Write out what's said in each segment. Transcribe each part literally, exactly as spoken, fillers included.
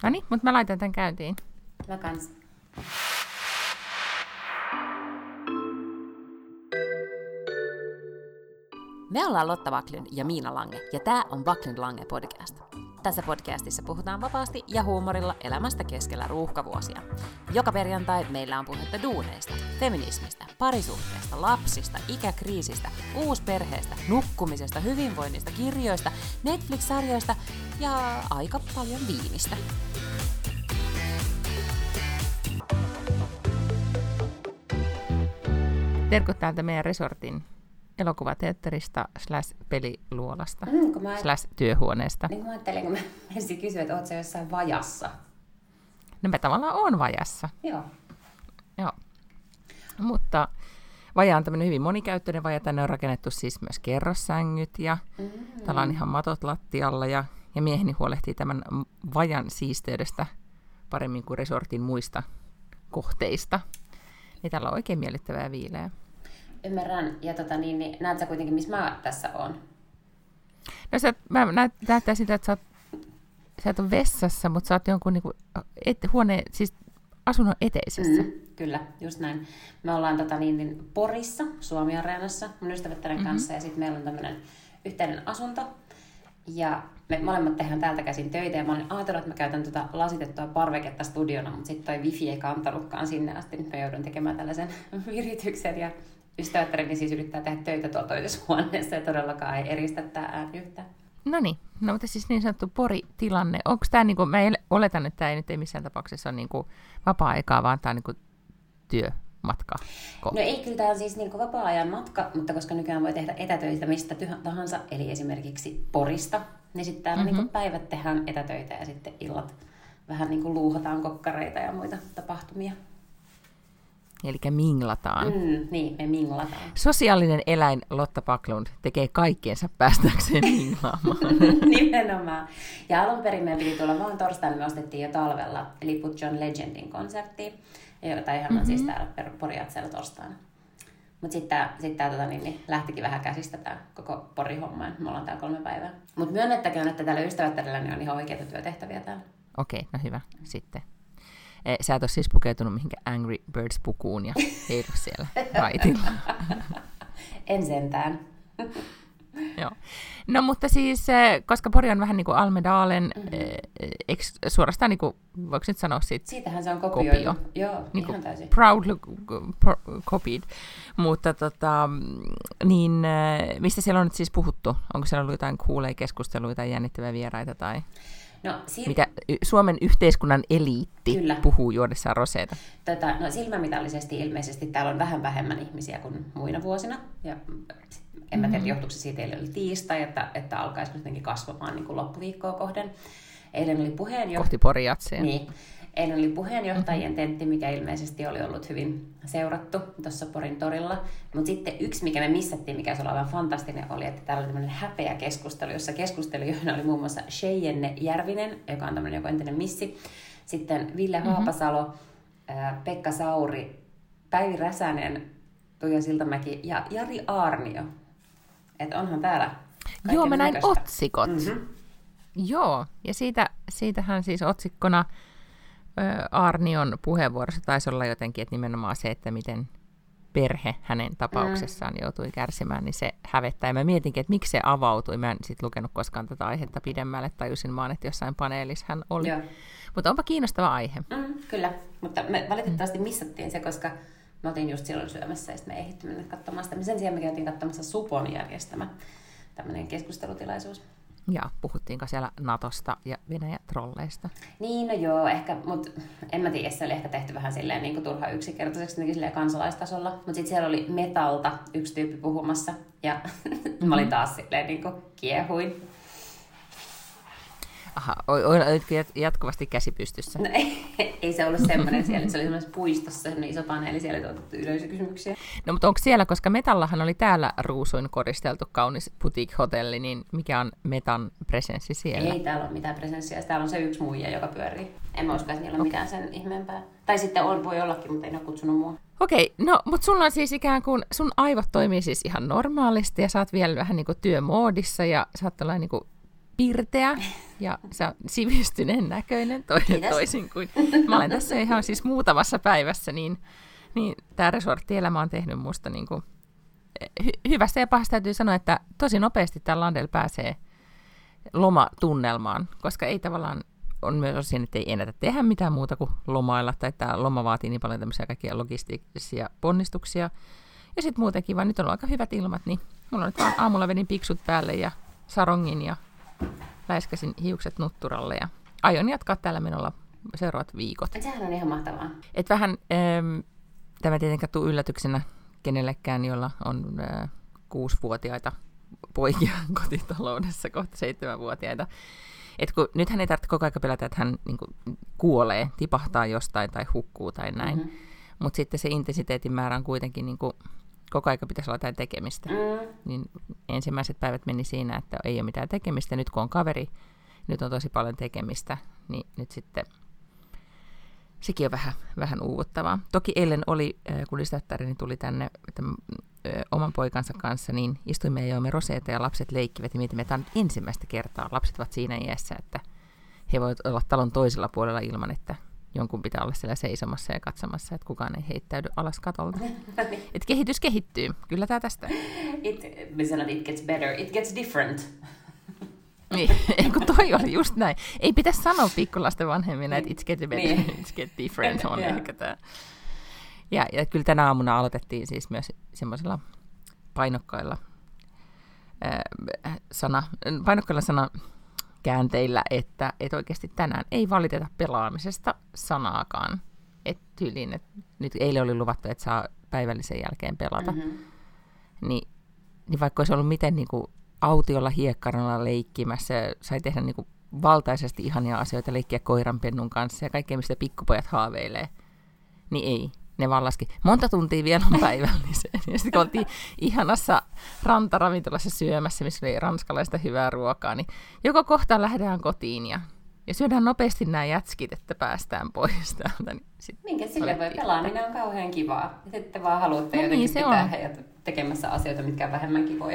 No niin, mutta mä laitan tämän käyntiin. Mä kans. Me ollaan Lotta Backlund ja Miina Lange, ja tää on Backlund Lange podcast. Tässä podcastissa puhutaan vapaasti ja huumorilla elämästä keskellä ruuhkavuosia. Joka perjantai meillä on puhetta duuneista, feminismistä, parisuhteesta, lapsista, ikäkriisistä, uusperheestä, nukkumisesta, hyvinvoinnista, kirjoista, Netflix-sarjoista ja aika paljon viinistä. Terkut täältä meidän resortin elokuvateatterista slash peliluolasta Mm, mä... slash työhuoneesta. Niin mä ajattelin, kun mä ensin kysyin, että oot sä jossain vajassa. No mä tavallaan oon vajassa. Joo. Joo. Mutta vaja on tämmöinen hyvin monikäyttöinen vaja. Tänne on rakennettu siis myös kerrossängyt ja mm. täällä on ihan matot lattialla ja, ja mieheni huolehtii tämän vajan siisteydestä paremmin kuin resortin muista kohteista. Niin täällä on oikein miellyttävää ja viileä. Ymmärrän. Ja tota, niin, niin, näet sä kuitenkin, missä mä tässä oon? No sä, mä näyt, näyttää sitä, että sä, oot, sä et ole vessassa, mutta sä oot jonkun niinku, et, huoneen, siis asunnon eteisessä. Mm, kyllä, just näin. Me ollaan tota, niin, niin, Porissa, Suomi-areenassa, mun ystävättären mm-hmm. kanssa, ja sitten meillä on tämmöinen yhteinen asunto. Ja me molemmat tehdään täältä käsin töitä, ja mä olin ajatellut, että mä käytän tota lasitettua parveketta studiona, mutta sitten toi wifi ei kantanutkaan sinne asti, nyt mä joudun tekemään tällaisen virityksen, ja ystävättäreni siis yrittää tehdä töitä tuolla toisessa huoneessa, ja todellakaan ei eristä tää ääni yhtään. No niin, no mutta siis niin sanottu Pori-tilanne, onko tämä, niinku, mä oletan, että tämä ei nyt ei missään tapauksessa ole niinku vapaa-aikaa, vaan tämä on niinku työmatka. No ei, kyllä tämä on siis niinku vapaa-ajan matka, mutta koska nykyään voi tehdä etätöitä mistä tahansa, eli esimerkiksi Porista, niin sitten täällä mm-hmm. niinku päivät tehdään etätöitä ja sitten illat vähän niinku luuhataan kokkareita ja muita tapahtumia. Eli minglataan. Mm, niin, me minglataan. Sosiaalinen eläin Lotta Backlund tekee kaikkiensa päästäkseen minglaamaan. Nimenomaan. Ja alun perin meidän piti tulla vaan torstaina, me ostettiin jo talvella liput John Legendin konserttiin, jota ihan mm-hmm. siis täällä Poriatsella torstaina. Mutta sitten tämä sit tää, tota, niin, niin, lähtikin vähän käsistä tämä koko Pori-homma, me ollaan täällä kolme päivää. Mutta myönnettäköön, että tällä ystävättärellä on ihan oikeita työtehtäviä täällä. Okei, okay, no hyvä. Sitten. Sä et ole siis pukeutunut mihinkään Angry Birds-pukuun ja heilu siellä raitilla. En sentään. Joo. No mutta siis, koska Pori on vähän niin kuin Almedalen, mm-hmm. suorastaan niin kuin, voiko nyt sanoa siitä? Siitähän se on kopioitu. Kopio. Joo, niin ihan täysin. Proudly copied. Mutta tota, niin mistä siellä on nyt siis puhuttu? Onko siellä ollut jotain kuuleja keskusteluita tai jännittäviä vieraita tai... No, sil... Mitä Suomen yhteiskunnan eliitti Kyllä. puhuu juodessaan roseita? Tota, no, silmämitallisesti ilmeisesti täällä on vähän vähemmän ihmisiä kuin muina vuosina. Ja en mä tiedä, johtuuko se siitä, että oli tiistai, että, että alkaisi jotenkin kasvamaan niin kuin loppuviikkoa kohden. Eilen oli puheenjohtaja... Kohti Poriatsia. Niin. Eilen oli puheenjohtajien tentti, mikä ilmeisesti oli ollut hyvin seurattu tuossa Porin torilla. Mutta sitten yksi, mikä me missattiin, mikä oli aivan fantastinen, oli, että täällä oli tämmöinen häpeä keskustelu, jossa keskustelijoina oli muun muassa Cheyenne Järvinen, joka on tämmöinen joku entinen missi. Sitten Ville Haapasalo, mm-hmm. Pekka Sauri, Päivi Räsänen, Tuija Siltamäki ja Jari Aarnio. Että onhan täällä Joo, mä näin näköistä. Otsikot. Mm-hmm. Joo, ja siitä, siitähän siis otsikkona Aarnion puheenvuorossa taisi olla jotenkin, että nimenomaan se, että miten perhe hänen tapauksessaan mm. joutui kärsimään, niin se hävettää. Ja mä mietinkin, että miksi se avautui. Mä en sit lukenut koskaan tätä aihetta pidemmälle, tajusin vaan, että jossain paneelissa hän oli. Joo. Mutta onpa kiinnostava aihe. Mm, kyllä, mutta me valitettavasti missattiin se, koska me oltiin just silloin syömässä ja sitten me ei ehditty mennä katsomaan sitä. Sen sijaan me käytiin katsomassa Supon järjestämä tämmöinen keskustelutilaisuus. Ja puhuttiinko siellä Natosta ja Venäjä-trolleista? Niin, no joo, ehkä, mutta en mä tiedä, se oli ehkä tehty vähän silleen niin kuin turha yksinkertaiseksi silleen kansalaistasolla. Mutta sitten siellä oli Metalta yksi tyyppi puhumassa ja mm-hmm. mä olin taas silleen niin kuin kiehuin. Aha, olitko jatkuvasti käsi pystyssä? No ei, ei se ollut semmoinen siellä, se oli semmoisessa puistossa, semmoinen iso paneeli, siellä oli tuotettu yleisökysymyksiä. No mutta onko siellä, koska Metallahan oli täällä ruusuin koristeltu kaunis boutique-hotelli, niin mikä on Metan presenssi siellä? Ei täällä ole mitään presenssiä, täällä on se yksi muija, joka pyörii. En mä usko, että niillä on okay. mitään sen ihmeempää. Tai sitten on, voi ollakin, mutta ei ne ole kutsunut mua. Okei, okay, no mutta sulla on siis ikään kuin, sun aivot toimii siis ihan normaalisti ja sä oot vielä vähän niin kuin työmoodissa ja sä oot tällainen niin kuin pirteä ja sä oot sivistyneen näköinen to- toisin kuin... Mä olen tässä ihan siis muutamassa päivässä, niin, niin tämä resorttielämä on tehnyt musta niin kuin, hy- hyvästä ja pahasta täytyy sanoa, että tosi nopeasti täällä Landella pääsee lomatunnelmaan, koska ei tavallaan... On myös osin, että ei ennätä tehdä mitään muuta kuin lomailla, tai tämä loma vaatii niin paljon tämmöisiä kaikkia logistisia ponnistuksia. Ja sitten muutenkin, vaan nyt on aika hyvät ilmat, niin mulla on nyt vaan aamulla vedin piksut päälle ja sarongin ja läiskäsin hiukset nutturalle ja aion jatkaa tällä menolla seuraavat viikot. Sehän on ihan mahtavaa. Et vähän, ähm, tämä tietenkään tule yllätyksenä kenellekään, jolla on äh, kuusivuotiaita poikia kotitaloudessa, kohta seitsemänvuotiaita. Et kun, nythän ei tarvitse koko ajan pelätä, että hän niin kuin, kuolee, tipahtaa jostain tai hukkuu tai näin. Mm-hmm. Mutta sitten se intensiteetin määrä on kuitenkin, niin kuin, koko ajan pitäisi olla jotain tekemistä. Mm. Niin ensimmäiset päivät meni siinä, että ei ole mitään tekemistä. Nyt kun on kaveri, nyt on tosi paljon tekemistä, niin nyt sitten sekin on vähän, vähän uuvuttavaa. Toki eilen oli, kun lisättärini tuli tänne tämän, ö, oman poikansa kanssa, niin istuimme ja joimme roseita ja lapset leikkivät ja mietimme, että tämä on ensimmäistä kertaa. Lapset ovat siinä iässä, että he voivat olla talon toisella puolella ilman, että jonkun pitää olla siellä seisomassa ja katsomassa, että kukaan ei heittäydy alas katolta. Että kehitys kehittyy. Kyllä tämä tästä. It, me sanon, it gets better. It gets different. Niin, kun toi oli just näin. Ei pitäisi sanoa pikkulasten vanhemmina, että it's get better, niin. It's get different on yeah. ehkä tämä. Ja, ja kyllä tänä aamuna aloitettiin siis myös semmoisilla painokkailla äh, sana, painokkailla sana käänteillä, että et oikeasti tänään ei valiteta pelaamisesta sanaakaan. Että tyyliin, että nyt eilen oli luvattu, että saa päivällisen jälkeen pelata. Mm-hmm. Ni, niin vaikka olisi ollut miten niin kuin autiolla hiekkaralla leikkimässä, sai tehdä niin kuin valtaisesti ihania asioita, leikkiä koiranpennun kanssa ja kaikkea, mistä pikkupojat haaveilee, niin ei. Ne vaan laski. Monta tuntia vielä on päivälliseen. Ja sitten kun oltiin ihanassa rantaravintolassa syömässä, missä oli ranskalaista hyvää ruokaa, niin joko kohtaan lähdetään kotiin ja, ja syödään nopeasti nämä jätskit, että päästään pois täältä. Niin minkä sille voi pelaaminen on kauhean kivaa. Ja sitten vaan haluatte no jotenkin niin, pitää on. Heidät tekemässä asioita, mitkä on vähemmän kivoja.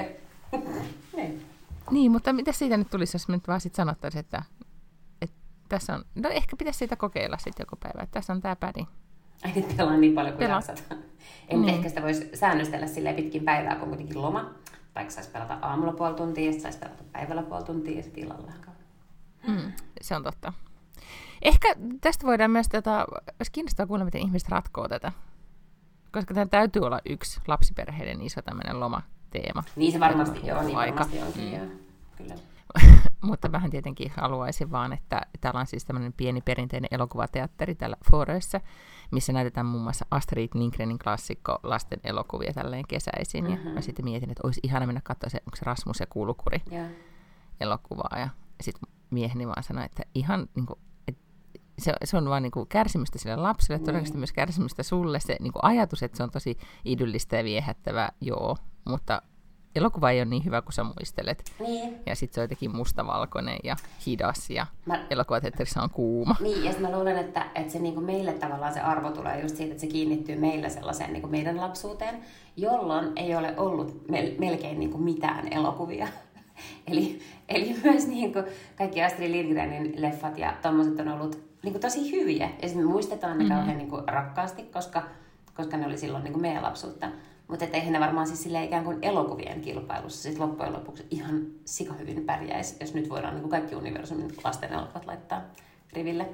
niin. niin, mutta mitä siitä nyt tulisi, jos me nyt vaan sitten sanottaisiin, että, että tässä on, no ehkä pitäisi siitä kokeilla sitten joku päivä, että tässä on tämä pädi. Ai nyt pelaa niin paljon kuin jaksat. En niin. Ehkä sitä voisi säännöstellä silleen pitkin päivää, kun on kuitenkin loma. Vaikka saisi pelata aamulla puoli tuntia, ja saisi pelata päivällä puoli tuntia, ja sitten illalla. Mm, se on totta. Ehkä tästä voidaan myös, tota, jos kiinnostaa kuulla, miten ihmiset ratkoo tätä. Koska tämä täytyy olla yksi lapsiperheiden iso tämmöinen lomateema. Niin se varmasti joo, niin varmasti onkin, mm. joo. Kyllä. Mutta vähän tietenkin haluaisin vaan, että täällä on siis tämmöinen pieni perinteinen elokuvateatteri täällä Fårössä, missä näytetään muun muassa Astrid Lindgrenin klassikko lasten elokuvia tälleen kesäisin. Mm-hmm. Ja mä sitten mietin, että olisi ihana mennä katsoa se, onko se Rasmus ja Kuulukuri yeah. elokuvaa. Ja sitten mieheni vaan sanoi, että ihan niin kuin, että se, se on vaan niin kuin kärsimystä sille lapselle, mm. todennäköisesti myös kärsimystä sulle. Se niin kuin ajatus, että se on tosi idyllistä ja viehättävää, joo, mutta elokuva ei ole niin hyvä kuin sä muistelet. Niin. Ja sitten se on jotenkin mustavalkoinen ja hidas ja mä... elokuvateatterissa on kuuma. Niin, ja mä luulen, että, että se niinku meille tavallaan se arvo tulee just siitä, että se kiinnittyy meillä sellaiseen niinku meidän lapsuuteen, jolloin ei ole ollut mel- melkein niinku mitään elokuvia. eli, eli myös niinku kaikki Astrid Lindgrenin leffat ja tommoset on ollut niinku tosi hyviä. Ja sitten me muistetaan ne mm-hmm. kauhean niinku rakkaasti, koska, koska ne oli silloin niinku meidän lapsuutta. Mutta eihän ne varmaan siis silleen ikään kuin elokuvien kilpailussa sit loppujen lopuksi ihan sikahyvin pärjäisi, jos nyt voidaan niin kuin kaikki universumin lasten elokuvat laittaa riville.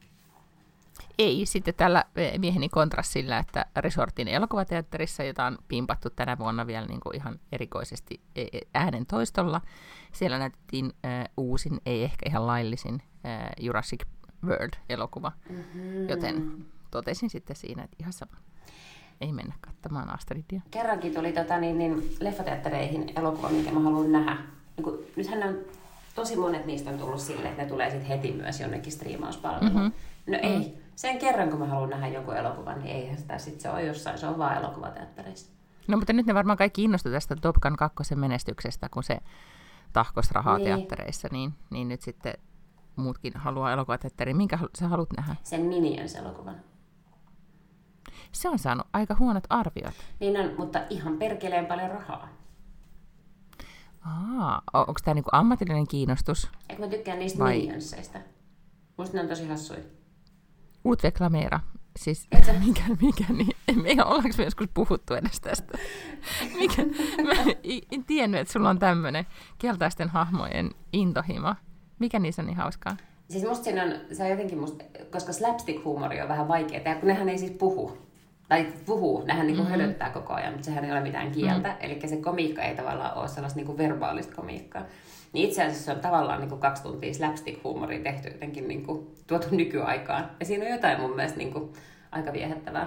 Ei, sitten tällä mieheni kontrastilla, että Resortin elokuvateatterissa, jota on pimpattu tänä vuonna vielä niin kuin ihan erikoisesti äänen toistolla, siellä näytettiin äh, uusin, ei ehkä ihan laillisin äh, Jurassic World-elokuva, mm-hmm. joten totesin sitten siinä, että ihan sama. Ei mennä katsomaan Astridia. Kerrankin tuli tota, niin, niin, leffateattereihin elokuva, minkä mä haluan nähdä. Niin kun, nythän on, tosi monet niistä on tullut silleen, että ne tulee sit heti myös jonnekin striimauspalveluun. Mm-hmm. No ei. Mm-hmm. Sen kerran, kun mä haluan nähdä jonkun elokuvan, niin eihän sitä sit se ole jossain. Se on vaan elokuvateattereissa. No mutta nyt ne varmaan kaikki innostu tästä Top Gun kakkosen menestyksestä, kun se tahkos rahaa niin. teattereissa. Niin, niin nyt sitten muutkin haluaa elokuvateatteriin. Minkä sä haluat nähdä? Sen Minions-elokuvan. Se on saanut aika huonot arviot. Niin on, mutta ihan perkeleen paljon rahaa. Aa, onko tämä niinku ammatillinen kiinnostus? Eikö mä tykkään niistä Vai... Minionsseista? Musta ne on tosi hassuja. Utveklameera. Siis mikä, mikä niin? Me ollaanko me joskus puhuttu edes tästä? Mikä? Mä en tiennyt, että sulla on tämmöinen keltaisten hahmojen intohimo. Mikä niissä on niin hauskaa? Siis musta siinä on, se on jotenkin musta, koska slapstick-huumori on vähän vaikeaa, ja kun nehän ei siis puhu. Tai puhuu, nehän niinku mm-hmm. hölöttää koko ajan, mutta sehän ei ole mitään kieltä. Mm-hmm. Eli se komiikka ei tavallaan ole sellaista niinku verbaalista komiikkaa. Niin itse asiassa se on tavallaan niinku kaksi tuntia slapstick-huumoria tehty jotenkin niinku tuotu nykyaikaan. Ja siinä on jotain mun mielestä niinku aika viehättävää.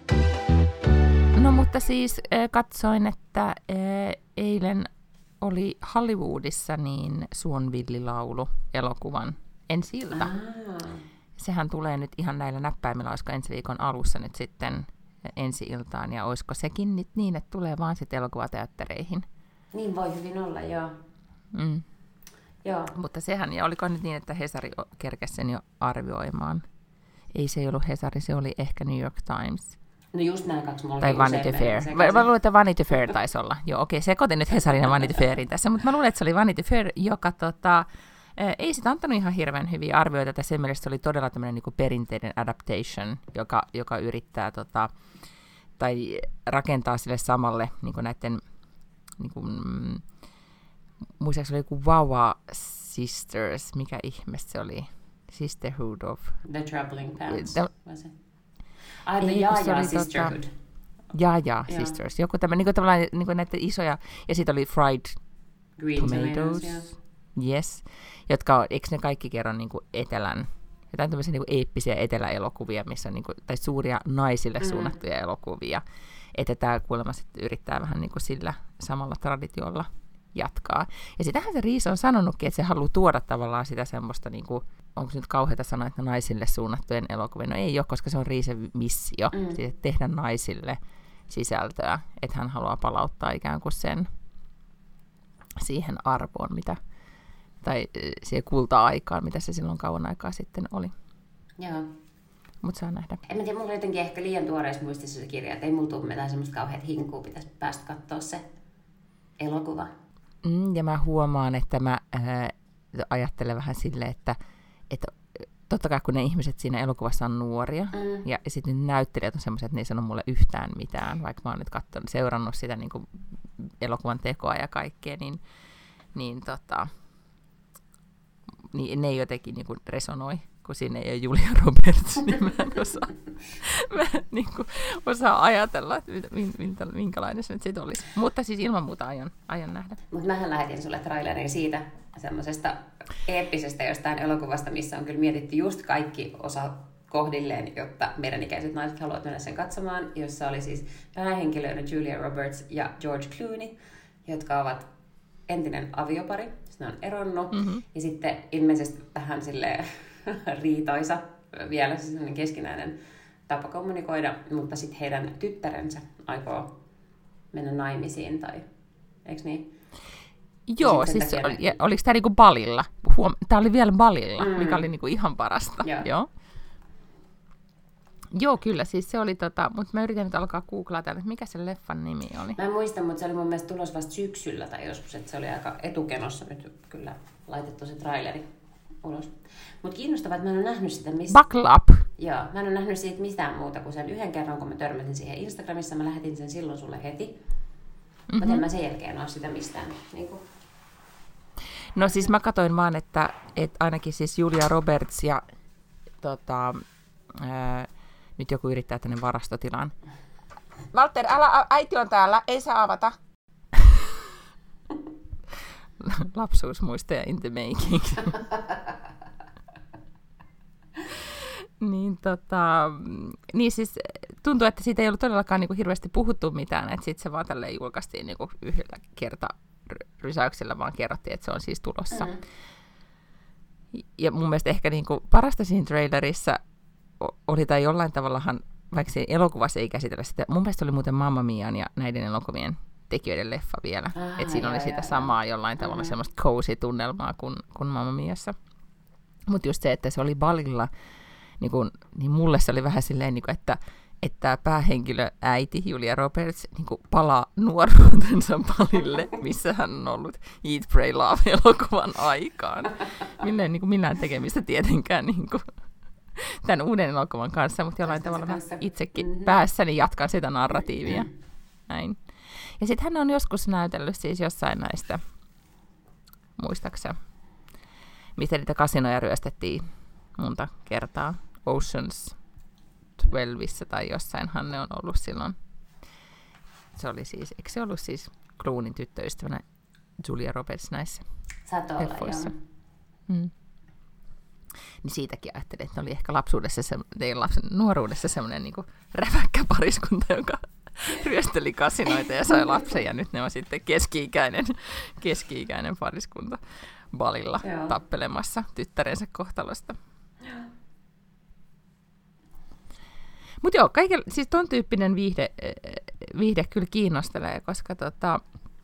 No mutta siis katsoin, että eilen oli Hollywoodissa niin Suon villilaulu elokuvan ensi-ilta. Ah. Sehän tulee nyt ihan näillä näppäimillä, olisiko ensi viikon alussa nyt sitten ensi-iltaan, ja olisiko sekin nyt niin, että tulee vaan sitten elokuvateattereihin. Niin voi hyvin olla, joo. Mm. Joo. Mutta sehän, ja oliko nyt niin, että Hesari kerkesi sen jo arvioimaan? Ei se ollut Hesari, se oli ehkä New York Times. No just nämä kaksi mulla. Tai Vanity Fair. Mä, mä luulen, että Vanity Fair taisi olla. Joo, okei, sekoitin nyt Hesarin ja Vanity Fairin tässä, mutta mä luulen, että se oli Vanity Fair, joka tota, ei sitä antanut ihan hirveän hyviä arvioita, että sen mielestä se oli todella tämmöinen niin kuin perinteinen adaptation, joka, joka yrittää tota, tai rakentaa sille samalle niin kuin näiden, niin kuin, mm, muistaakseni oli joku Wawa Sisters, mikä ihme se oli? Sisterhood of... The Troubling Pants, the, was it? Ah, the Jaja Sisterhood. Tota, Jaja Sisters. Joku tämmöinen, niin tavallaan niin näitä isoja, ja sitten oli Fried Green Tomatoes. tomatoes yeah. Yes. Jotka on, eikö ne kaikki kerro niin kuin etelän, jotain tämmöisiä niin kuin eeppisiä eteläelokuvia, missä on niin kuin, tai suuria naisille suunnattuja mm. elokuvia. Että tämä kuulemma sitten yrittää vähän niin kuin sillä samalla traditiolla jatkaa. Ja sitähän se Reese on sanonutkin, että se haluaa tuoda tavallaan sitä semmoista, niin kuin, onko nyt kauheata sanoa, että naisille suunnattujen elokuvia. No ei ole, koska se on Reesen missio, mm. siis, että tehdä naisille sisältöä. Että hän haluaa palauttaa ikään kuin sen siihen arvoon, mitä, tai siihen kulta-aikaan, mitä se silloin kauan aikaa sitten oli. Joo. Mutta saa nähdä. En mä tiedä, mulla on jotenkin ehkä liian tuoreessa muistissa se kirja, että ei mulla tule mitään semmoista kauheat hinkua, pitäisi päästä katsoa se elokuva. Mm, ja mä huomaan, että mä ää, ajattelen vähän silleen, että, että totta kai kun ne ihmiset siinä elokuvassa on nuoria, mm. ja sitten näyttelijät on semmoiset, että ne ei sano mulle yhtään mitään, vaikka mä oon nyt katsonut, seurannut sitä niin kuin elokuvan tekoa ja kaikkea, niin, niin, tota, niin ne jotenkin niin kuin resonoi, kun siinä ei ole Julia Roberts, niin mä en osaa, mä en niin kuin osaa ajatella, että minkälainen se nyt sitten olisi. Mutta siis ilman muuta aion, aion nähdä. Mutta mähän lähetin sulle trailerin siitä semmoisesta eeppisestä jostain elokuvasta, missä on kyllä mietitty just kaikki osa kohdilleen, jotta meidän ikäiset naiset haluavat mennä sen katsomaan, jossa oli siis päähenkilöinä Julia Roberts ja George Clooney, jotka ovat entinen aviopari, ne on eronnut, mm-hmm. ja sitten ilmeisesti vähän silleen riitoisa vielä, se sellainen keskinäinen tapa kommunikoida, mutta sitten heidän tyttärensä aikoo mennä naimisiin, tai eikö niin? Joo, siis oli, ne... oliko tämä niinku balilla? Huom... Tämä oli vielä balilla, mm. mikä oli niinku ihan parasta. Joo. Joo. Joo, kyllä, siis se oli tota, mutta mä yritän nyt alkaa googlata, että mikä se leffan nimi oli. Mä en muista, mutta se oli mun mielestä tulos vasta syksyllä tai joskus, että se oli aika etukenossa nyt kyllä laitettu se traileri ulos. Mutta kiinnostavaa, että mä en ole nähnyt sitä mistä... Buckle up! Joo, mä en ole nähnyt siitä mitään muuta kuin sen yhden kerran, kun mä törmäsin siihen Instagramissa, mä lähetin sen silloin sulle heti. Mm-hmm. Mutta en mä sen jälkeen ole sitä mistään. Niin kuin... No siis mä katsoin vaan, että, että ainakin siis Julia Roberts ja tota, ää, nyt joku yrittää tänne varastotilaan. Walter, älä, äiti on täällä, ei saa avata. Lapsuusmuistoja in the making. niin, tota, niin siis tuntuu, että siitä ei ollut todellakaan niinku hirveästi puhuttu mitään, että sitten se vaan tälleen julkaistiin niinku yhdellä kerta rysäyksellä, vaan kerrottiin, että se on siis tulossa. Mm-hmm. Ja mun mielestä ehkä niinku parasta siinä trailerissa oli, tai jollain tavallahan, vaikka se elokuvassa ei käsitellä sitä, mun mielestä oli muuten Mamma Mian ja näiden elokuvien tekijöiden leffa vielä. Ah, että siinä joo, oli sitä joo, samaa jollain tavalla mm-hmm. semmoista cozy-tunnelmaa kuin, kuin Mamma Miassa. Mutta just se, että se oli balilla, niin, kun, niin mulle se oli vähän silleen, niin kun, että, että päähenkilö äiti Julia Roberts niin kuin palaa nuoruutensa palille, missä hän on ollut Eat, Pray, Love-elokuvan aikaan. Millään niin kuin millään tekemistä tietenkään niin kuin tämän uuden elokuvan kanssa, mutta jollain tavalla mä itsekin mm-hmm. päässäni jatkan sitä narratiivia. Näin. Ja sitten hän on joskus näytellyt siis jossain näistä, muistaakseni, mistä niitä kasinoja ryöstettiin monta kertaa. Oceans twelve tai jossainhan ne on ollut silloin. Se oli siis, eikö se ollut siis Clooneyn tyttöystävänä Julia Roberts näissä leffoissa? Mm. Niin siitäkin ajattelin, että ne oli ehkä lapsuudessa, se, lapsen, nuoruudessa semmoinen niin kuin räväkkä pariskunta, joka ryösteli kasinoita ja sai lapsen, ja nyt ne on sitten keski-ikäinen, keski-ikäinen pariskunta balilla Joo. tappelemassa tyttärensä kohtalosta. Mutta joo, kaiken, siis ton tyyppinen viihde, viihde kyllä kiinnostelee, koska tota,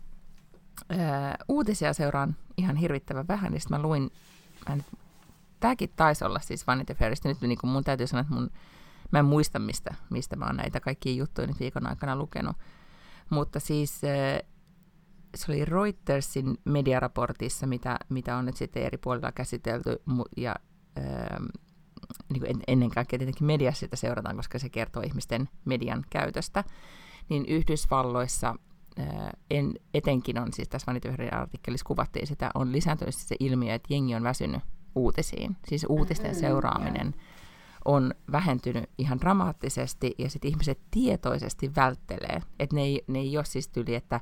ää, uutisia seuraan ihan hirvittävän vähän, niin mä luin, mä nyt, tääkin taisi olla siis Vanity Fairista, nyt niin mun täytyy sanoa, että mun, mä en muista, mistä, mistä mä oon näitä kaikkia juttuja nyt viikon aikana lukenut, mutta siis ää, se oli Reutersin mediaraportissa, mitä, mitä on nyt sitten eri puolilla käsitelty, ja ää, niin kuin ennen kaikkea tietenkin mediassa sitä seurataan, koska se kertoo ihmisten median käytöstä, niin Yhdysvalloissa en, etenkin on, siis tässä Vanity Fairin artikkelissa kuvattiin sitä, on lisääntynyt se ilmiö, että jengi on väsynyt uutisiin. Siis uutisten seuraaminen on vähentynyt ihan dramaattisesti, ja sitten ihmiset tietoisesti välttelee. Että ne ei, ne ei ole siis tyli, että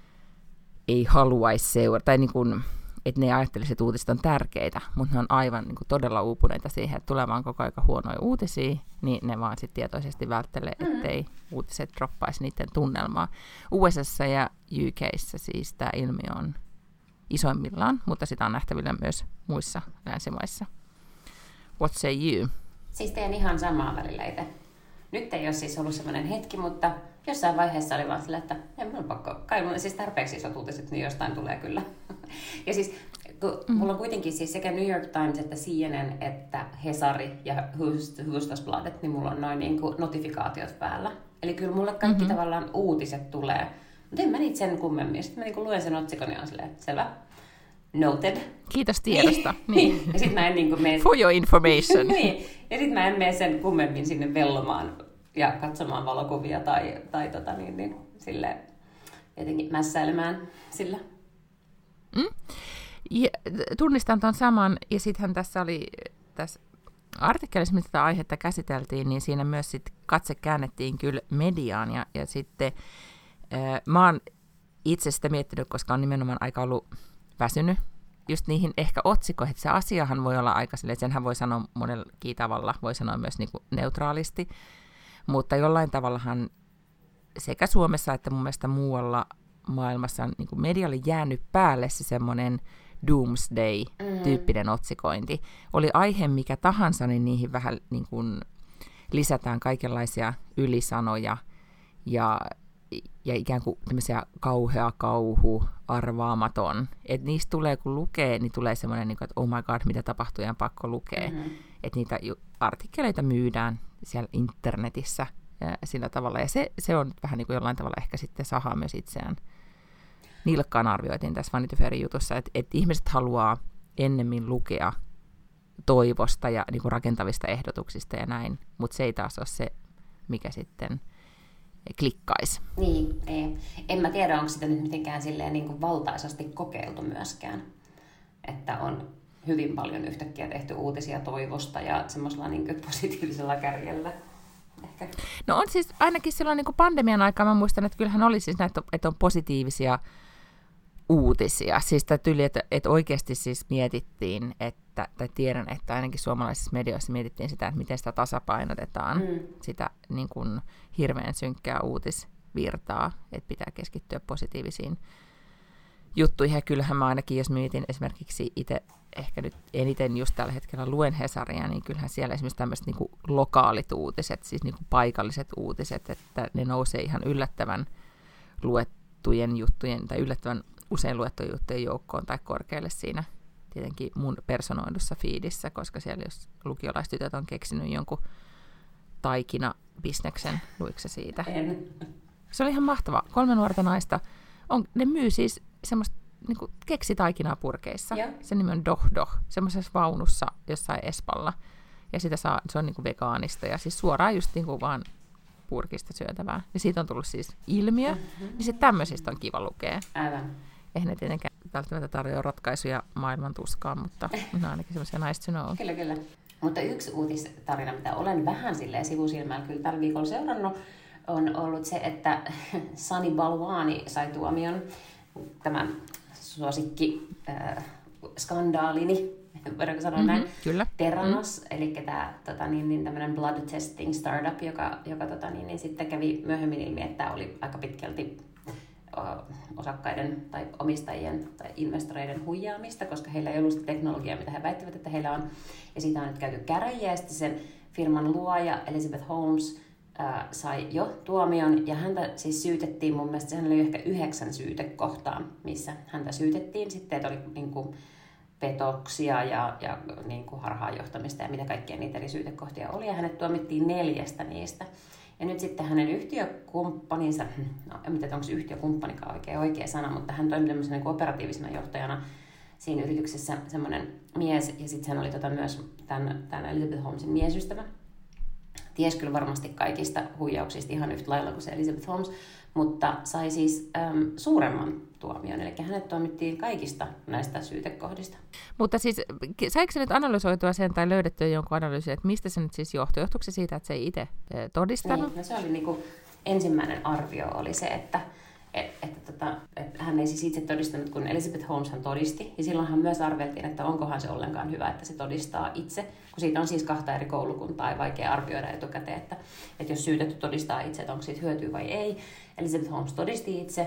ei haluaisi seurata, tai niin kuin että ne ajattelisivat, että uutiset on tärkeitä, mutta ne on aivan niin kuin, todella uupuneita siihen, että tulee vaan koko aika huonoja uutisia, niin ne vaan sitten tietoisesti välttelee, ettei uutiset droppaisi niiden tunnelmaa. U S A:ssa ja U K:ssä siis tämä ilmiö on isoimmillaan, mutta sitä on nähtävillä myös muissa länsimaissa. What say you? Siis teen ihan samaa välillä itse. Nyt ei ole siis ollut sellainen hetki, mutta jossain vaiheessa oli vaan sillä, että ei minulla pakko, kai mulla siis tarpeeksi isot uutiset, niin jostain tulee kyllä. Ja siis kun mm. mulla on kuitenkin siis sekä New York Times että C N N että Hesari ja Hufvudstadsbladet, niin mulla on noin niin kuin notifikaatiot päällä. Eli kyllä mulle kaikki mm-hmm. tavallaan uutiset tulee, mutta en mä niitä sen kummemmin. Sitten mä niin kuin luen sen otsikon ja on silleen, että selvä. Noted. Kiitos tiedosta. niin. Ja sit mä en niin kuin mene... For your information. niin. Ja sit mä en mene sen kummemmin sinne vellomaan ja katsomaan valokuvia tai, tai tota niin, niin sille jotenkin mässäilemään sillä. Mm. Ja, tunnistan tuon saman, ja sittenhän tässä oli tässä artikkelissa, mitä tätä aihetta käsiteltiin, niin siinä myös sit katse käännettiin kyllä mediaan, ja, ja sitten ää, mä oon itse sitä miettinyt, koska on nimenomaan aika ollut väsynyt just niihin ehkä otsikoihin, että se asiahan voi olla aika silleen, että senhän voi sanoa monellakin tavalla, voi sanoa myös niin kuin neutraalisti, mutta jollain tavallahan sekä Suomessa että mun mielestä muualla maailmassa on niin kuin medialle jäänyt päälle se semmoinen doomsday-tyyppinen mm. otsikointi. Oli aihe mikä tahansa, niin niihin vähän niin kuin lisätään kaikenlaisia ylisanoja ja, ja ikään kuin tämmöisiä kauhea kauhu, arvaamaton. Että niistä tulee, kun lukee, niin tulee semmoinen, niin kuin, että oh my god, mitä tapahtuu, ja on pakko lukea. Mm-hmm. Että niitä artikkeleita myydään siellä internetissä sillä tavalla. Ja se, se on vähän niin kuin jollain tavalla ehkä sitten sahaa myös itseään. Nilkkaan arvioitiin tässä Vanity Fairin jutussa, että, että ihmiset haluaa ennemmin lukea toivosta ja niin kuin rakentavista ehdotuksista ja näin, mutta se ei taas ole se, mikä sitten klikkaisi. Niin, ei. En mä tiedä, onko sitä nyt mitenkään silleen niin kuin valtaisasti kokeiltu myöskään, että on hyvin paljon yhtäkkiä tehty uutisia toivosta ja semmoisella niin kuin positiivisella kärjellä. Ehkä. No on siis ainakin silloin niin kuin pandemian aikaa, mä muistan, että kyllähän oli siis näitä, että on positiivisia uutisia. Siis tyyli, että, että oikeasti siis mietittiin, että, tai tiedän, että ainakin suomalaisissa medioissa mietittiin sitä, että miten sitä tasapainotetaan, mm. sitä niin kuin hirveän synkkää uutisvirtaa, että pitää keskittyä positiivisiin juttuihin. Ja kyllähän mä ainakin, jos mietin esimerkiksi itse, ehkä nyt eniten just tällä hetkellä luen Hesaria, niin kyllähän siellä esimerkiksi tämmöiset niin kuin lokaalit uutiset, siis niin kuin paikalliset uutiset, että ne nousee ihan yllättävän luettujen juttujen, tai yllättävän usein luettujen juttujen joukkoon tai korkealle siinä tietenkin mun personoidussa feedissä, koska siellä jos lukiolaistytöt on keksinyt jonkun taikina-bisneksen, luitko sä siitä? En. Se oli ihan mahtava. Kolme nuorta naista. On, ne myy siis semmoista niin keksitaikinaa purkeissa. Ja. Se nimi on Doh Doh, semmoisessa vaunussa jossain Espalla. Ja sitä saa, se on niin kuin vegaanista ja siis suoraan just niin kuin vaan purkista syötävää. Ja siitä on tullut siis ilmiö, mm-hmm. niin se tämmöisistä on kiva lukea. Aivan. Eihän ne tietenkään välttämättä tarjoa ratkaisuja maailman tuskaan, mutta ne on ainakin semmoisia nice to know. Kyllä, kyllä. Mutta yksi uutistarina, mitä olen vähän silleen sivusilmällä kyllä tällä viikolla seurannut, on ollut se, että Sunny Balwani sai tuomion tämän suosikki äh, skandaalini, voidaanko sanoa mm-hmm, näin, kyllä. Theranos, mm. eli tämä tota, niin, niin, tämmöinen blood testing startup, joka, joka tota, niin, niin, sitten kävi myöhemmin ilmi, että oli aika pitkälti osakkaiden tai omistajien tai investoreiden huijaamista, koska heillä ei ollut sitä teknologiaa, mitä he väittävät, että heillä on. Ja siitä on nyt käyty käräjiä, ja sitten sen firman luoja Elizabeth Holmes ää, sai jo tuomion, ja häntä siis syytettiin, mun mielestä sehän oli ehkä yhdeksän syytekohtaa, missä häntä syytettiin sitten, että oli niin kuin petoksia ja, ja niin kuin harhaanjohtamista ja mitä kaikkia niitä eri syytekohtia oli, ja hänet tuomittiin neljästä niistä. Ja nyt sitten hänen yhtiökumppaninsa, no en tiedä, onko se yhtiökumppanikaan oikein oikea sana, mutta hän toimi tämmöisenä niin operatiivisena johtajana siinä yrityksessä, semmoinen mies, ja sitten hän oli tota myös tämän, tämän Elizabeth Holmesin miesystävä. Ties kyllä varmasti kaikista huijauksista ihan yhtä lailla kuin se Elizabeth Holmes, mutta sai siis äm, suuremman tuomion, eli hänet tuomittiin kaikista näistä syytekohdista. Mutta siis, saiko se nyt analysoitua sen tai löydettyä jonkun analyysin, että mistä se nyt siis johtui? Johtuiko se siitä, että se ei itse todistanut? Niin, no se oli niin kuin, ensimmäinen arvio oli se, että et, että tota, et hän ei siis itse todistanut, kun Elizabeth Holmes hän todisti, ja silloinhan myös arveltiin, että onkohan se ollenkaan hyvä, että se todistaa itse, kun siitä on siis kahta eri koulukuntaa, ja vaikea arvioida etukäteen, että, että jos syytetty todistaa itse, että onko siitä hyötyä vai ei. Elizabeth Holmes todisti itse,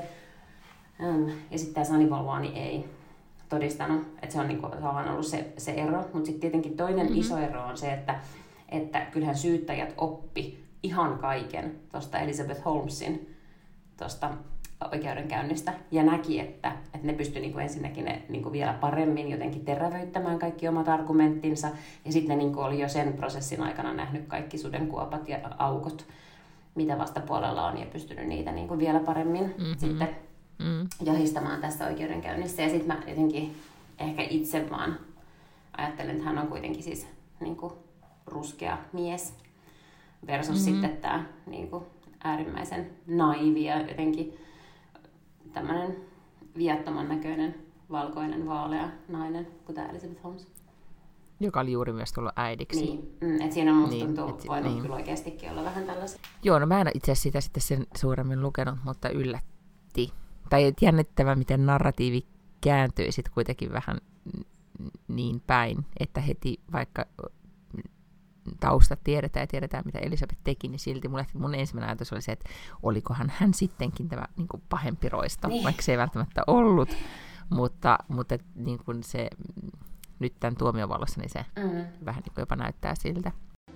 ja sitten tämä Sunny Balwani ei todistanut, että se on niinku, ollut se, se ero, mutta sitten tietenkin toinen mm-hmm. iso ero on se, että, että kyllähän syyttäjät oppi ihan kaiken tuosta Elizabeth Holmesin tuosta oikeudenkäynnistä ja näki, että, että ne pystyi niinku ensinnäkin ne niinku vielä paremmin jotenkin terävöittämään kaikki omat argumenttinsa, ja sitten ne niinku oli jo sen prosessin aikana nähnyt kaikki sudenkuopat ja aukot, mitä vastapuolella on, ja pystynyt niitä niinku vielä paremmin mm-hmm. sitten mm. jahistamaan tässä oikeudenkäynnissä. Ja sitten mä jotenkin ehkä itse vaan ajattelen, että hän on kuitenkin siis niinku ruskea mies versus mm-hmm. sitten tämä niinku äärimmäisen naivi ja jotenkin tämmöinen viattoman näköinen, valkoinen, vaalea nainen, kuin tämä Elizabeth Holmes. Joka oli juuri myös tullut äidiksi. Niin, mm, että siinä on musta niin, tuntuu et, voinut niin. kyllä oikeastikin olla vähän tällaisia. Joo, no mä en itse asiassa sitä sitten sen suuremmin lukenut, mutta yllätti. Tai jännittävä, miten narratiivi kääntyi sitten kuitenkin vähän niin päin, että heti vaikka taustat tiedetään ja tiedetään, mitä Elisabeth teki, niin silti mulle, mun ensimmäinen ajatus oli se, että olikohan hän sittenkin tämä niin kuin pahempi roisto, niin. vaikka se ei välttämättä ollut, mutta, mutta niin kuin se, nyt tämän tuomion valossa, niin se mm. vähän niin kuin jopa näyttää siltä.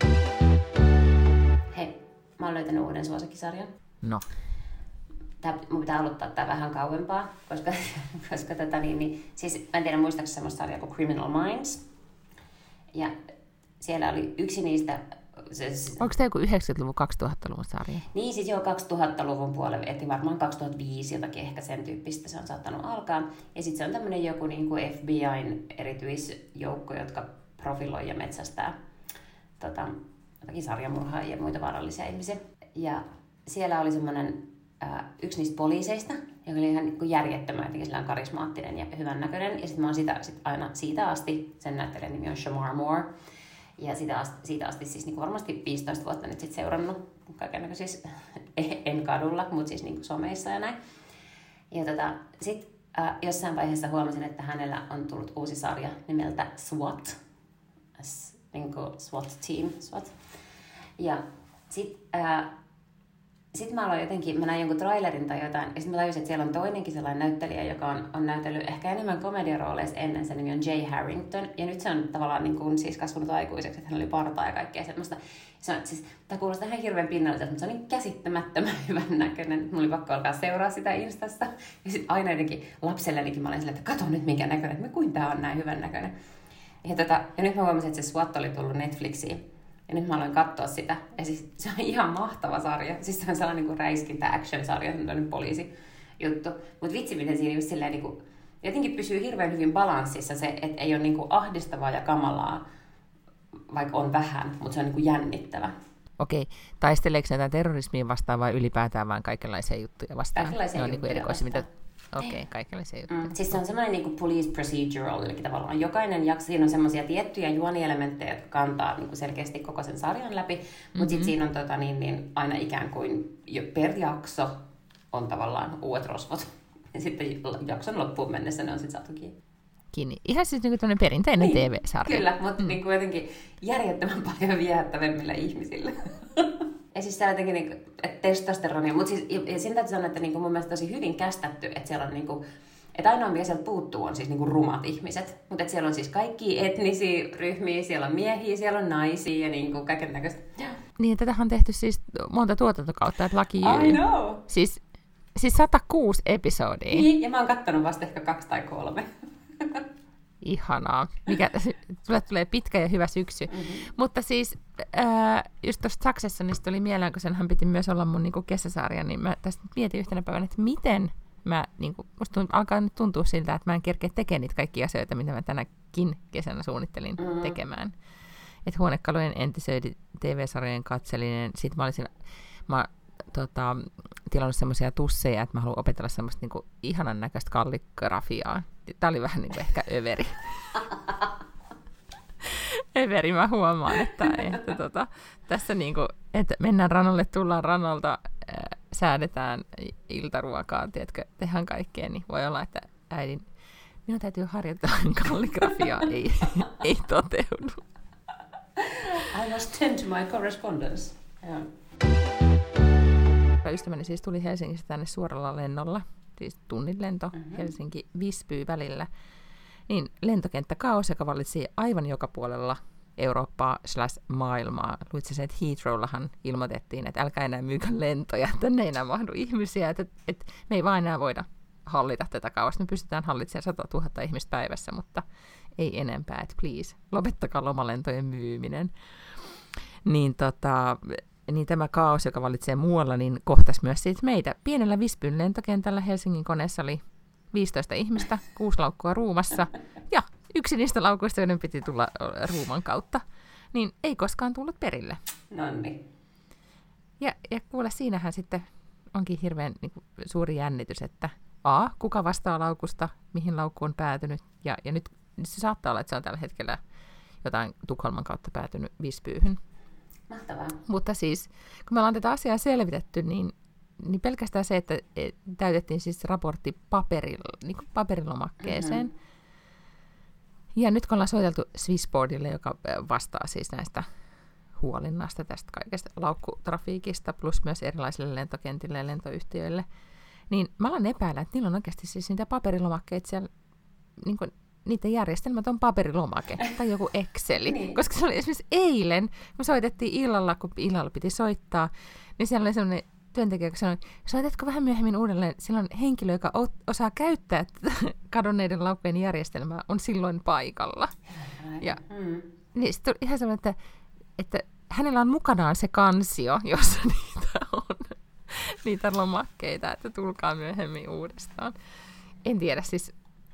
Hei, mä oon löytänyt uuden suosikkisarjan. No. Tää, mun pitää aloittaa tää vähän kauempaa, koska, koska tätä niin, niin, siis mä en tiedä muistaakseni semmoista sarjaa kuin Criminal Minds. Ja siellä oli yksi niistä. Se, se, Onko tämä joku yhdeksänkymmentäluvun, kaksituhattaluvun sarja? Niin, siis joo, kaksituhattaluvun puolella, että varmaan kaksituhattaviisi jotakin ehkä sen tyyppistä se on saattanut alkaa. Ja sitten se on tämmöinen joku niin kuin F B I:n erityisjoukko, jotka profiloi ja metsästää tota, jotakin sarjamurhaajia ja muita vaarallisia ihmisiä. Ja siellä oli semmoinen äh, yksi niistä poliiseista, joka oli ihan niin kuin järjettömän, jotenkin sillä on karismaattinen ja hyvännäköinen. Ja sitten mä oon sitä, sit aina siitä asti, sen näyttelijän nimi on Shamar Moore. Ja siitä asti, siitä asti siis niin kuin varmasti viisitoista vuotta nyt sit seurannut kaikennäköisissä, en kadulla, mutta siis niin kuin someissa ja näin. Ja tota, sitten äh, jossain vaiheessa huomasin, että hänellä on tullut uusi sarja nimeltä SWAT, S, niin kuin SWAT Team, SWAT. Ja sitten äh, sit mä aloin jotenkin, mä näin jonkun trailerin tai jotain, ja sitten mä tajusin, että siellä on toinenkin sellainen näyttelijä, joka on, on näytellyt ehkä enemmän komediarooleissa ennen, sen nimi on Jay Harrington, ja nyt se on tavallaan niin kuin, siis kasvanut aikuiseksi, että hän oli partaa ja kaikkea semmoista. Se on, siis, tämä kuulostaa ihan hirveän pinnalliselta, mutta se on niin käsittämättömän hyvän näköinen, että mulla oli pakko alkaa seuraa sitä Instasta, ja sitten aina jotenkin lapsellenikin mä olin silleen, että kato nyt mikä näköinen, että kuin tää on näin hyvän näköinen. Ja, tota, ja nyt mä huomasin, että se SWAT oli tullut Netflixiin. Ja nyt mä aloin katsoa sitä. Ja siis se on ihan mahtava sarja. Siis se on sellainen niin räiskintä-action-sarja, sellainen poliisijuttu. Mutta vitsi, miten siinä just silleen niin kuin, jotenkin pysyy hirveän hyvin balanssissa se, että ei ole niin kuin ahdistavaa ja kamalaa, vaikka on vähän, mutta se on niin kuin jännittävä. Okei, taisteleeko näitä terrorismiin vastaan vai ylipäätään vain kaikenlaisia juttuja vastaan? Kaikenlaisia juttuja niin erikoisia, mitä... Okei, okay, kaikenlaisia juttuja. Mm, siis se on semmoinen niin kuin police procedural, eli tavallaan jokainen jakso, siinä on semmoisia tiettyjä juonielementtejä, jotka kantaa niin kuin selkeästi koko sen sarjan läpi, mutta mm-hmm. sitten siinä on tota, niin, niin, aina ikään kuin jo per jakso on tavallaan uudet rosvot. Ja sitten jakson loppuun mennessä ne on sitten saatu kiinni. Kiinni. Ihan siis niin kuin perinteinen niin, T V-sarja. Kyllä, mutta mm. niin kuin jotenkin järjettömän paljon viehättävämmillä ihmisillä. Ja siis siellä jotenkin niin, että testosteronia, mutta siis, ja siinä täytyy sanoa, että niin kuin mun mielestä tosi hyvin kästetty, että siellä on niin kuin, että ainoa mikä sieltä puuttuu on siis niin kuin rumat ihmiset. Mutta että siellä on siis kaikki etnisiä ryhmiä, siellä on miehiä, siellä on naisia ja niin kuin kaiken näköistä. Niin, tätähän on tehty siis monta tuotantokautta, että laki... I know! Siis, siis sata kuusi episodia. Niin, ja mä oon kattonut vasta ehkä kaksi tai kolme. Ihanaa. Mikä, sulle tulee pitkä ja hyvä syksy. Mm-hmm. Mutta siis äh, just tuosta Saksessa niin tuli mieleen, kun senhän piti myös olla mun niinku kesäsarja, niin mä tästä mietin yhtenä päivänä, että miten mä, niinku, musta tunt, alkaa nyt tuntua siltä, että mä en kerkeä tekemään niitä kaikkia asioita, mitä mä tänäkin kesänä suunnittelin mm-hmm. tekemään. Että huonekalujen entisöidi, T V-sarjojen katselinen, sit mä olisin, mä tota, tilannut semmoisia tusseja, että mä haluan opetella semmoista niinku ihanan näköistä kalligrafiaa. Tää oli vähän niinku ehkä överi. överi, mä huomaan, että, että tota, tässä niinku, että mennään rannalle, tullaan rannalta, äh, säädetään iltaruokaa, tiedätkö, tehdään kaikkea, niin voi olla, että äidin, minun täytyy harjoitella kalligrafiaa, ei, ei toteudu. I must tend to my correspondence. Yeah. Ystäväni siis tuli Helsingistä tänne suoralla lennolla, siis tunnin lento mm-hmm. Helsinki-Visby välillä, niin lentokenttäkaos, joka vallitsi aivan joka puolella Eurooppaa slash maailmaa. Luitse se, että Heathrowllahan ilmoitettiin, että älkää enää myykö lentoja, tänne ei enää mahdu ihmisiä, että, että me ei vaan enää voida hallita tätä kaosta. Me pystytään hallitsemaan sata tuhatta ihmistä päivässä, mutta ei enempää, että please, lopettakaa lomalentojen myyminen. Niin tota... niin tämä kaos, joka vallitsee muualla, niin kohtasi myös siitä meitä. Pienellä Visbyn lentokentällä Helsingin koneessa oli viisitoista ihmistä, kuusi laukkua ruumassa, ja yksi niistä laukuista, joiden piti tulla ruuman kautta, niin ei koskaan tullut perille. Nonni. Ja, ja kuule, siinähän sitten onkin hirveän niin kuin, suuri jännitys, että a, kuka vastaa laukusta, mihin laukku on päätynyt, ja, ja nyt se saattaa olla, että se on tällä hetkellä jotain Tukholman kautta päätynyt Visbyyn. Mahtavaa. Mutta siis, kun me ollaan tätä asiaa selvitetty, niin, niin pelkästään se, että täytettiin siis raportti paperilla, niin kuin paperilomakkeeseen. Mm-hmm. Ja nyt kun ollaan soiteltu Swissboardille, joka vastaa siis näistä huolinnasta tästä kaikesta laukkutrafiikista, plus myös erilaisille lentokentille ja lentoyhtiöille, niin mä alan epäillä, että niillä on oikeasti siis niitä paperilomakkeita siellä, niin kuin niiden järjestelmät on paperilomake tai joku Exceli. Niin. Koska se oli esimerkiksi eilen, kun soitettiin illalla, kun illalla piti soittaa, niin siellä oli sellainen työntekijä, joka sanoi, soitatko vähän myöhemmin uudelleen, silloin henkilö, joka osaa käyttää kadonneiden laukkujen järjestelmää, on silloin paikalla. Ja mm. niin sitten ihan sellainen, että, että hänellä on mukanaan se kansio, jossa niitä on, niitä lomakkeita, että tulkaa myöhemmin uudestaan. En tiedä, siis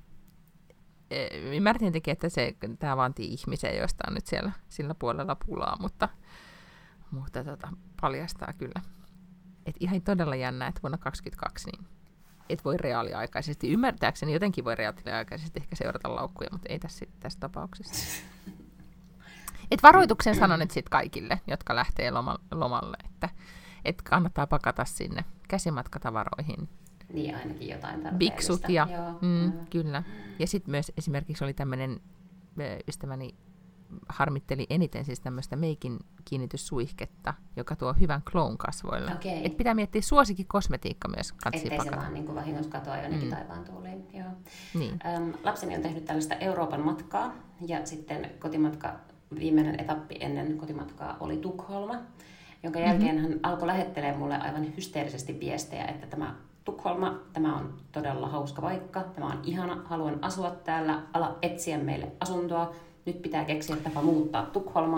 ymmärtin tietenkin, että se, tämä vaatii ihmisiä, joista on nyt siellä sillä puolella pulaa, mutta, mutta tota, paljastaa kyllä. Et ihan todella jännää, että vuonna kaksituhattakaksikymmentäkaksi niin et voi reaaliaikaisesti, ymmärtääkseni jotenkin voi reaaliaikaisesti ehkä seurata laukkuja, mutta ei tässä, tässä tapauksessa. Et varoituksen sanon nyt sitten kaikille, jotka lähtee loma, lomalle, että et kannattaa pakata sinne käsimatkatavaroihin. Niin, ainakin jotain tarpeellista. Biksut ja, mm, kyllä. Ja sitten myös esimerkiksi oli tämmöinen, ystäväni harmitteli eniten siis tämmöistä meikin kiinnityssuihketta, joka tuo hyvän kloon kasvoille. Okay. Et pitää miettiä suosikin kosmetiikka myös. Ettei se vaan niin vahingossa katoa jonnekin mm. taivaan tuuliin. Joo. Niin. Öm, lapseni on tehnyt tällaista Euroopan matkaa ja sitten kotimatka, viimeinen etappi ennen kotimatkaa oli Tukholma, jonka jälkeen mm-hmm. hän alkoi lähettelemään mulle aivan hysteerisesti viestejä, että tämä Tukholma, tämä on todella hauska paikka, tämä on ihana, haluan asua täällä, ala etsiä meille asuntoa, nyt pitää keksiä tapa muuttaa Tukholmaan.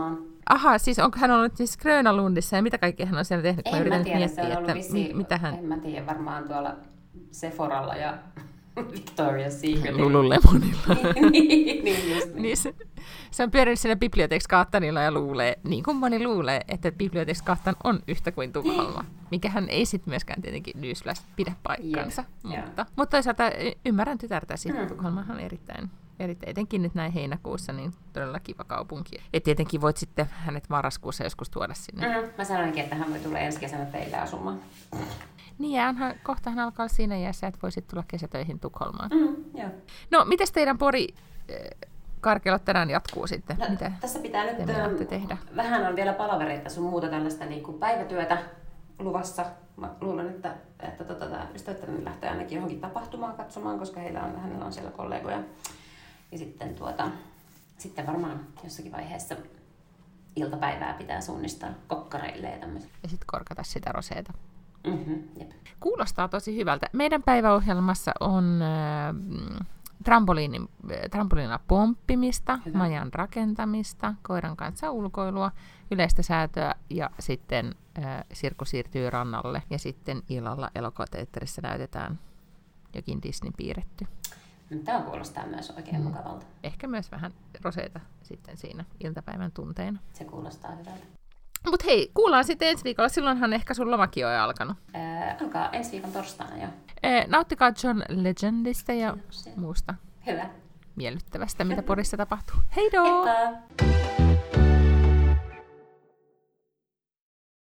aha, siis onko hän ollut siis Grönalundissa ja mitä kaikkea hän on siellä tehnyt? En mä tiedä, se on ollut että vissiin, mi- mitä hän... en mä tiedä, varmaan tuolla Sephoralla ja Victoria's Secret. Lululemonilla. niin, niin, just niin. niin se, se on pyörinyt siinä Biblioteeks Kaattanilla ja luulee, niin kuin moni luulee, että Biblioteeks Kaattan on yhtä kuin Tukholma, mikä hän ei sitten myöskään tietenkin Nyslässä pidä paikkansa. Yeah, mutta, yeah. mutta toisaalta ymmärrän tytärtä siitä, mm. Tukholmahan on erittäin, erittäin, etenkin nyt näin heinäkuussa, niin todella kiva kaupunki. Ja tietenkin voit sitten hänet marraskuussa joskus tuoda sinne. Mm, mä sanoinkin, että hän voi tulla ensi kesänä teille asumaan. Niin, ja onhan, kohtahan alkaa siinä iässä, että voisit tulla kesätöihin Tukholmaan. Mm, joo. No, mites teidän Pori Karkelot tänään jatkuu sitten? No, Mitä tässä pitää nyt te tehdä? Vähän on vielä palavereita sun muuta tällaista niin kuin päivätyötä luvassa. Mä luulen, että, että tota, ystävättäni lähtee ainakin johonkin tapahtumaan katsomaan, koska heillä on, hänellä on siellä kollegoja. Ja sitten, tuota, sitten varmaan jossakin vaiheessa iltapäivää pitää suunnistaa kokkareille ja tämmöisiä. Ja sitten korkata sitä roseeta. Mm-hmm, jep. Kuulostaa tosi hyvältä. Meidän päiväohjelmassa on äh, trampoliinin, äh, trampoliinilla pomppimista, Hyvä. majan rakentamista, koiran kanssa ulkoilua, yleistä säätöä ja sitten äh, Sirkku siirtyy rannalle. Ja sitten illalla elokuvateatterissa näytetään jokin Disney piirretty. Tämä kuulostaa myös oikein mm. mukavalta. Ehkä myös vähän roseeta sitten siinä iltapäivän tunteina. Se kuulostaa hyvältä. Mut hei, kuullaan sitten ensi viikolla. Silloinhan ehkä sun lomakin on jo alkanut. Ää, alkaa ensi viikon torstaina jo. Ee, nauttikaa John Legendista ja Kiitoksia. muusta Hyvä. miellyttävästä, mitä Porissa tapahtuu. Heidoo! Heippa!